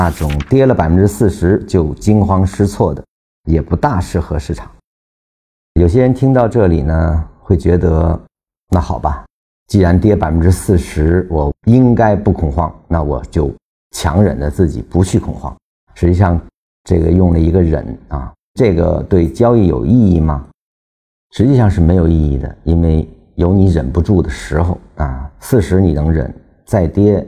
那种跌了40%就惊慌失措的，也不大适合市场。有些人听到这里呢，会觉得那好吧，既然跌40%，我应该不恐慌，那我就强忍着自己不去恐慌。实际上这个用了一个忍啊，这个对交易有意义吗？实际上是没有意义的，因为有你忍不住的时候啊，40你能忍，再跌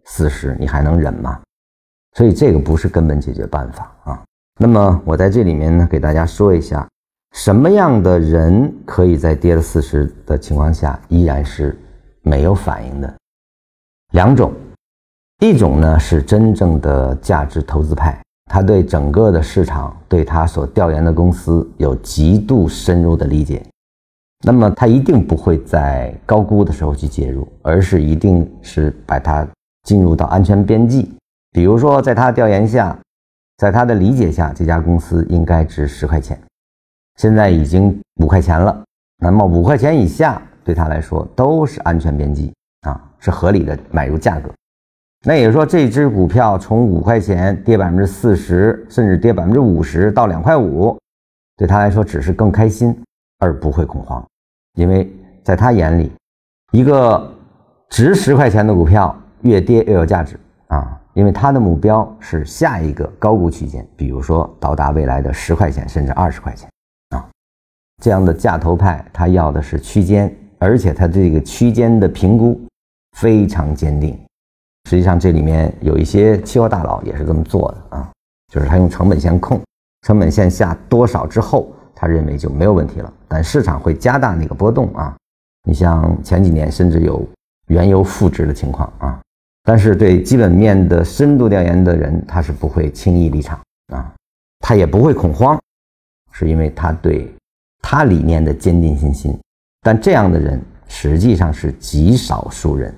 40你还能忍吗？所以这个不是根本解决办法啊。那么我在这里面呢，给大家说一下什么样的人可以在跌了40的情况下依然是没有反应的。两种，一种呢是真正的价值投资派，他对整个的市场，对他所调研的公司有极度深入的理解，那么他一定不会在高估的时候去介入，而是一定是把它进入到安全边际。比如说在他调研下，在他的理解下，这家公司应该值10块钱，现在已经5块钱了，那么5块钱以下对他来说都是安全边际啊，是合理的买入价格。那也就是说，这只股票从5块钱跌40%，甚至跌50%到2块5，对他来说只是更开心，而不会恐慌。因为在他眼里，一个值10块钱的股票越跌越有价值啊，因为他的目标是下一个高估区间，比如说到达未来的10块钱甚至20块钱啊。这样的价投派，他要的是区间，而且他这个区间的评估非常坚定。实际上这里面有一些期货大佬也是这么做的啊，就是他用成本线控，成本线下多少之后他认为就没有问题了，但市场会加大那个波动啊。你像前几年甚至有原油负值的情况啊，但是对基本面的深度调研的人，他是不会轻易离场啊，他也不会恐慌，是因为他对他理念的坚定信心。但这样的人实际上是极少数人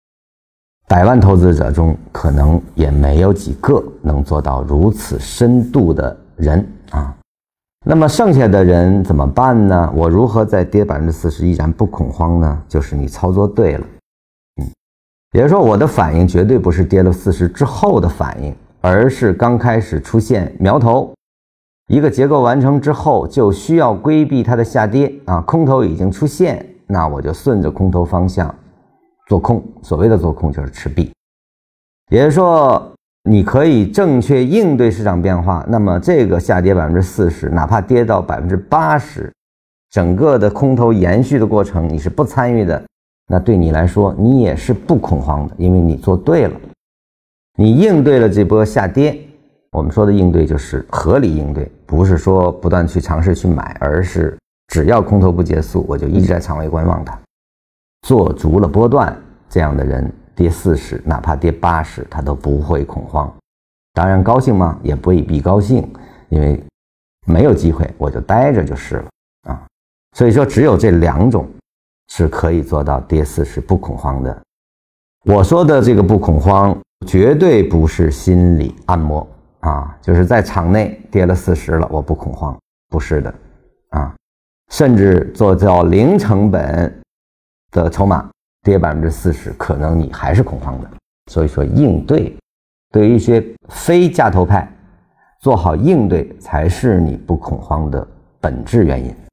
，100万投资者中可能也没有几个能做到如此深度的人啊。那么剩下的人怎么办呢？我如何在跌40%依然不恐慌呢？就是你操作对了。也就是说，我的反应绝对不是跌了40之后的反应，而是刚开始出现苗头，一个结构完成之后就需要规避它的下跌啊，空头已经出现，那我就顺着空头方向做空。所谓的做空就是持币，也就是说你可以正确应对市场变化。那么这个下跌40%，哪怕跌到80%，整个的空头延续的过程你是不参与的，那对你来说你也是不恐慌的，因为你做对了，你应对了这波下跌。我们说的应对就是合理应对，不是说不断去尝试去买，而是只要空头不结束，我就一直在场外观望它，做足了波段。这样的人跌40%，哪怕跌80%，他都不会恐慌。当然高兴吗？也未必高兴，因为没有机会我就待着就是了啊。所以说只有这2种是可以做到跌40%不恐慌的。我说的这个不恐慌绝对不是心理按摩啊，就是在场内跌了40%了我不恐慌，不是的啊。甚至做到零成本的筹码跌40%，可能你还是恐慌的。所以说应对，对于一些非价投派做好应对才是你不恐慌的本质原因。